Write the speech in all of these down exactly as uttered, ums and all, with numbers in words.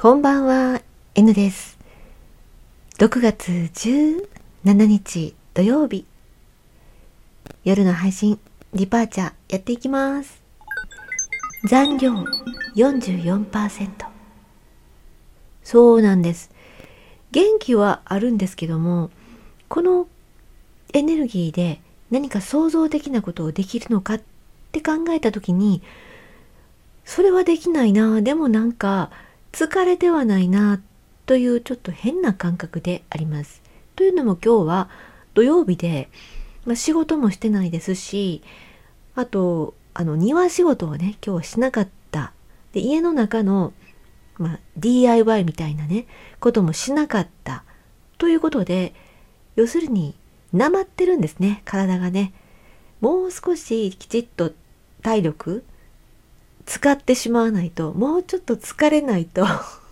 こんばんは、N です。ろくがつじゅうしちにち土曜日、夜の配信リパーチャーやっていきます。残業 よんじゅうよんパーセント。 そうなんです。元気はあるんですけども、このエネルギーで何か創造的なことをできるのかって考えた時に、それはできないな、でもなんか疲れてはないなというちょっと変な感覚であります。というのも今日は土曜日で、まあ、仕事もしてないですし、あとあの庭仕事をね今日はしなかった。で家の中の、まあ、ディーアイワイ みたいなねこともしなかったということで、要するになまってるんですね、体がね。もう少しきちっと体力使ってしまわないと、もうちょっと疲れないと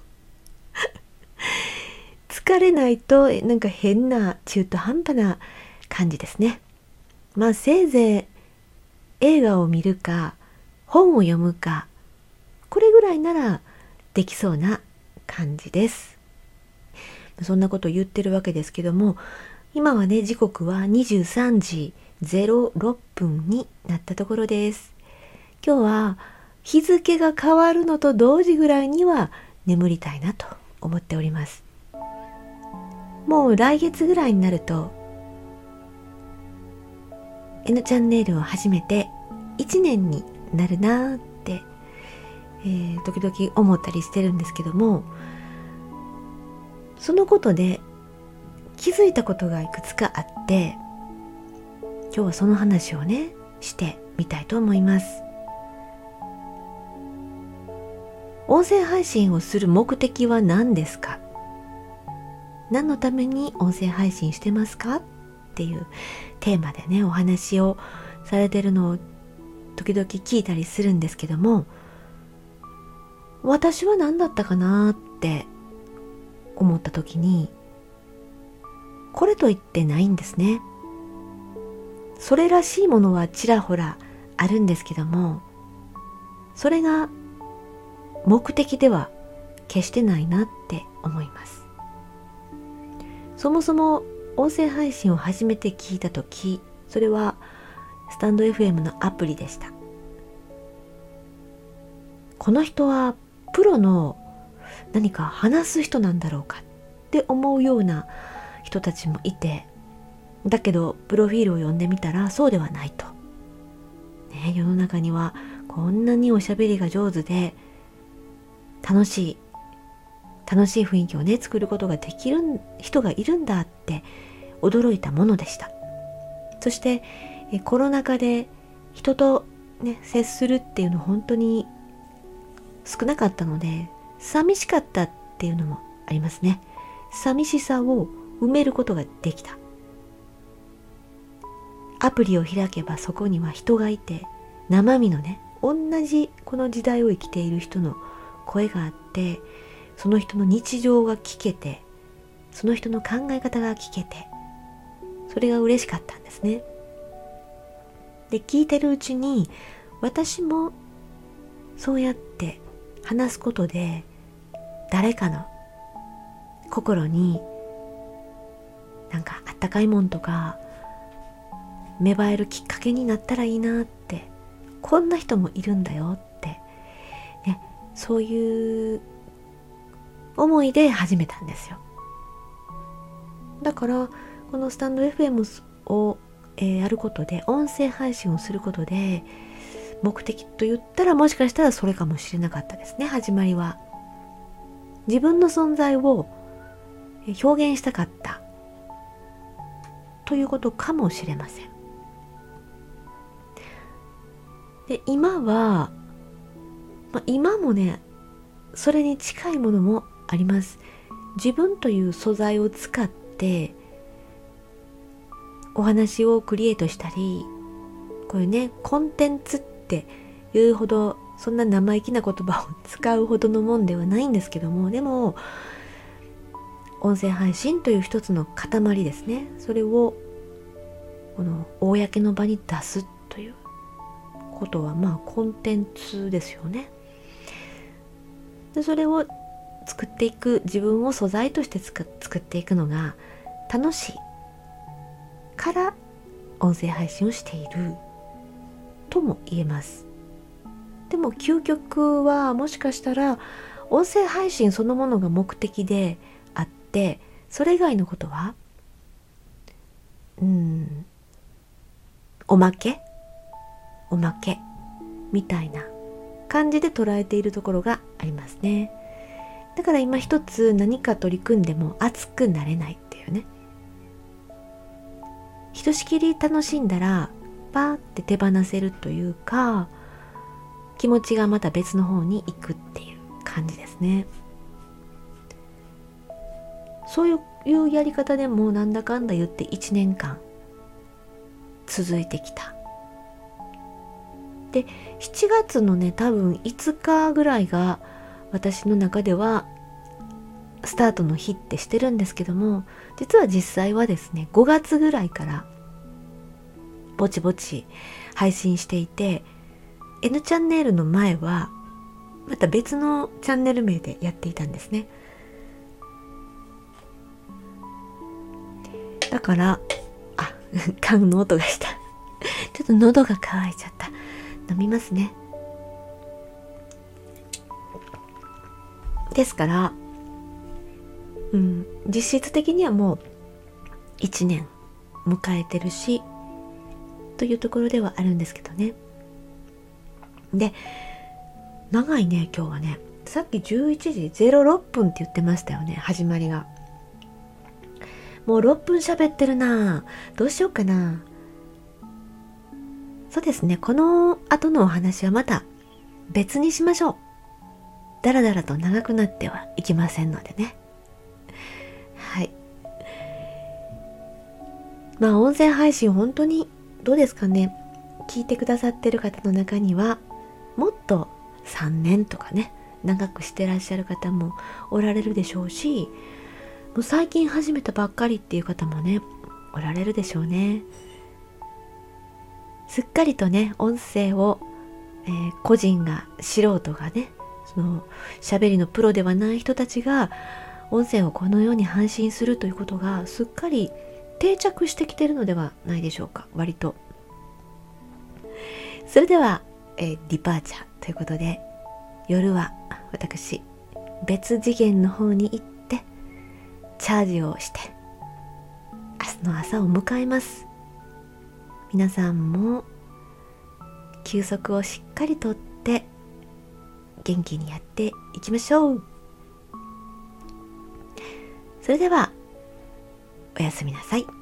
疲れないとなんか変な中途半端な感じですね。まあせいぜい映画を見るか本を読むか、これぐらいならできそうな感じです。そんなことを言ってるわけですけども、今はね時刻はにじゅうさんじゼロろっぷんになったところです。今日は日付が変わるのと同時ぐらいには眠りたいなと思っております。もう来月ぐらいになると N チャンネルを始めていちねんになるなって、えー、時々思ったりしてるんですけども、そのことで気づいたことがいくつかあって、今日はその話をねしてみたいと思います。音声配信をする目的は何ですか？何のために音声配信してますかっていうテーマでねお話をされてるのを時々聞いたりするんですけども、私は何だったかなって思った時に、これと言ってないんですね。それらしいものはちらほらあるんですけども、それが目的では決してないなって思います。そもそも音声配信を初めて聞いたとき、それはスタンド エフエム のアプリでした。この人はプロの何か話す人なんだろうかって思うような人たちもいて、だけどプロフィールを読んでみたらそうではないと、ね、世の中にはこんなにおしゃべりが上手で楽しい楽しい雰囲気をね作ることができる人がいるんだって驚いたものでした。そしてえコロナ禍で人と、ね、接するっていうの本当に少なかったので、寂しかったっていうのもありますね。寂しさを埋めることができた。アプリを開けばそこには人がいて、生身のね同じこの時代を生きている人の声があって、その人の日常が聞けて、その人の考え方が聞けて、それが嬉しかったんですね。で聞いてるうちに、私もそうやって話すことで誰かの心になんかあったかいもんとか芽生えるきっかけになったらいいなって、こんな人もいるんだよって、ね、そういう思いで始めたんですよ。だからこのスタンド エフエム を、えー、やることで、音声配信をすることで、目的と言ったらもしかしたらそれかもしれなかったですね。始まりは自分の存在を表現したかったということかもしれません。で今は、まあ、今もねそれに近いものもあります。自分という素材を使ってお話をクリエイトしたり、こういうねコンテンツっていうほどそんな生意気な言葉を使うほどのもんではないんですけども、でも音声配信という一つの塊ですね。それをこの公の場に出すということはまあコンテンツですよね。でそれを作っていく、自分を素材として作っていくのが楽しいから音声配信をしているとも言えます。でも究極はもしかしたら音声配信そのものが目的であって、それ以外のことはうんおまけおまけみたいな感じで捉えているところがありますね。だから今一つ何か取り組んでも熱くなれないっていうね。ひとしきり楽しんだらパーって手放せるというか、気持ちがまた別の方に行くっていう感じですね。そういうやり方でもなんだかんだ言っていちねんかん続いてきた。でしちがつのね多分いつかぐらいが私の中ではスタートの日ってしてるんですけども、実は実際はですねごがつぐらいからぼちぼち配信していて、 N チャンネルの前はまた別のチャンネル名でやっていたんですね。だからあ缶の音がしたちょっと喉が渇いちゃった。飲みますね。ですからうん、実質的にはもういちねん迎えてるしというところではあるんですけどね。で長いね今日はね。さっきじゅういちじゼロろっぷんって言ってましたよね、始まりが。もうろっぷん喋ってるな。どうしようかな。そうですね、この後のお話はまた別にしましょう。だらだらと長くなってはいきませんのでね。はい。まあ音声配信本当にどうですかね。聞いてくださってる方の中にはもっとさんねんとかね長くしてらっしゃる方もおられるでしょうし、もう最近始めたばっかりっていう方もねおられるでしょうね。すっかりとね音声を、えー、個人が素人がねその喋りのプロではない人たちが音声をこのように配信するということがすっかり定着してきているのではないでしょうか。割とそれでは、えー、ディパーチャーということで、夜は私別次元の方に行ってチャージをして明日の朝を迎えます。皆さんも休息をしっかりとって元気にやっていきましょう。それではおやすみなさい。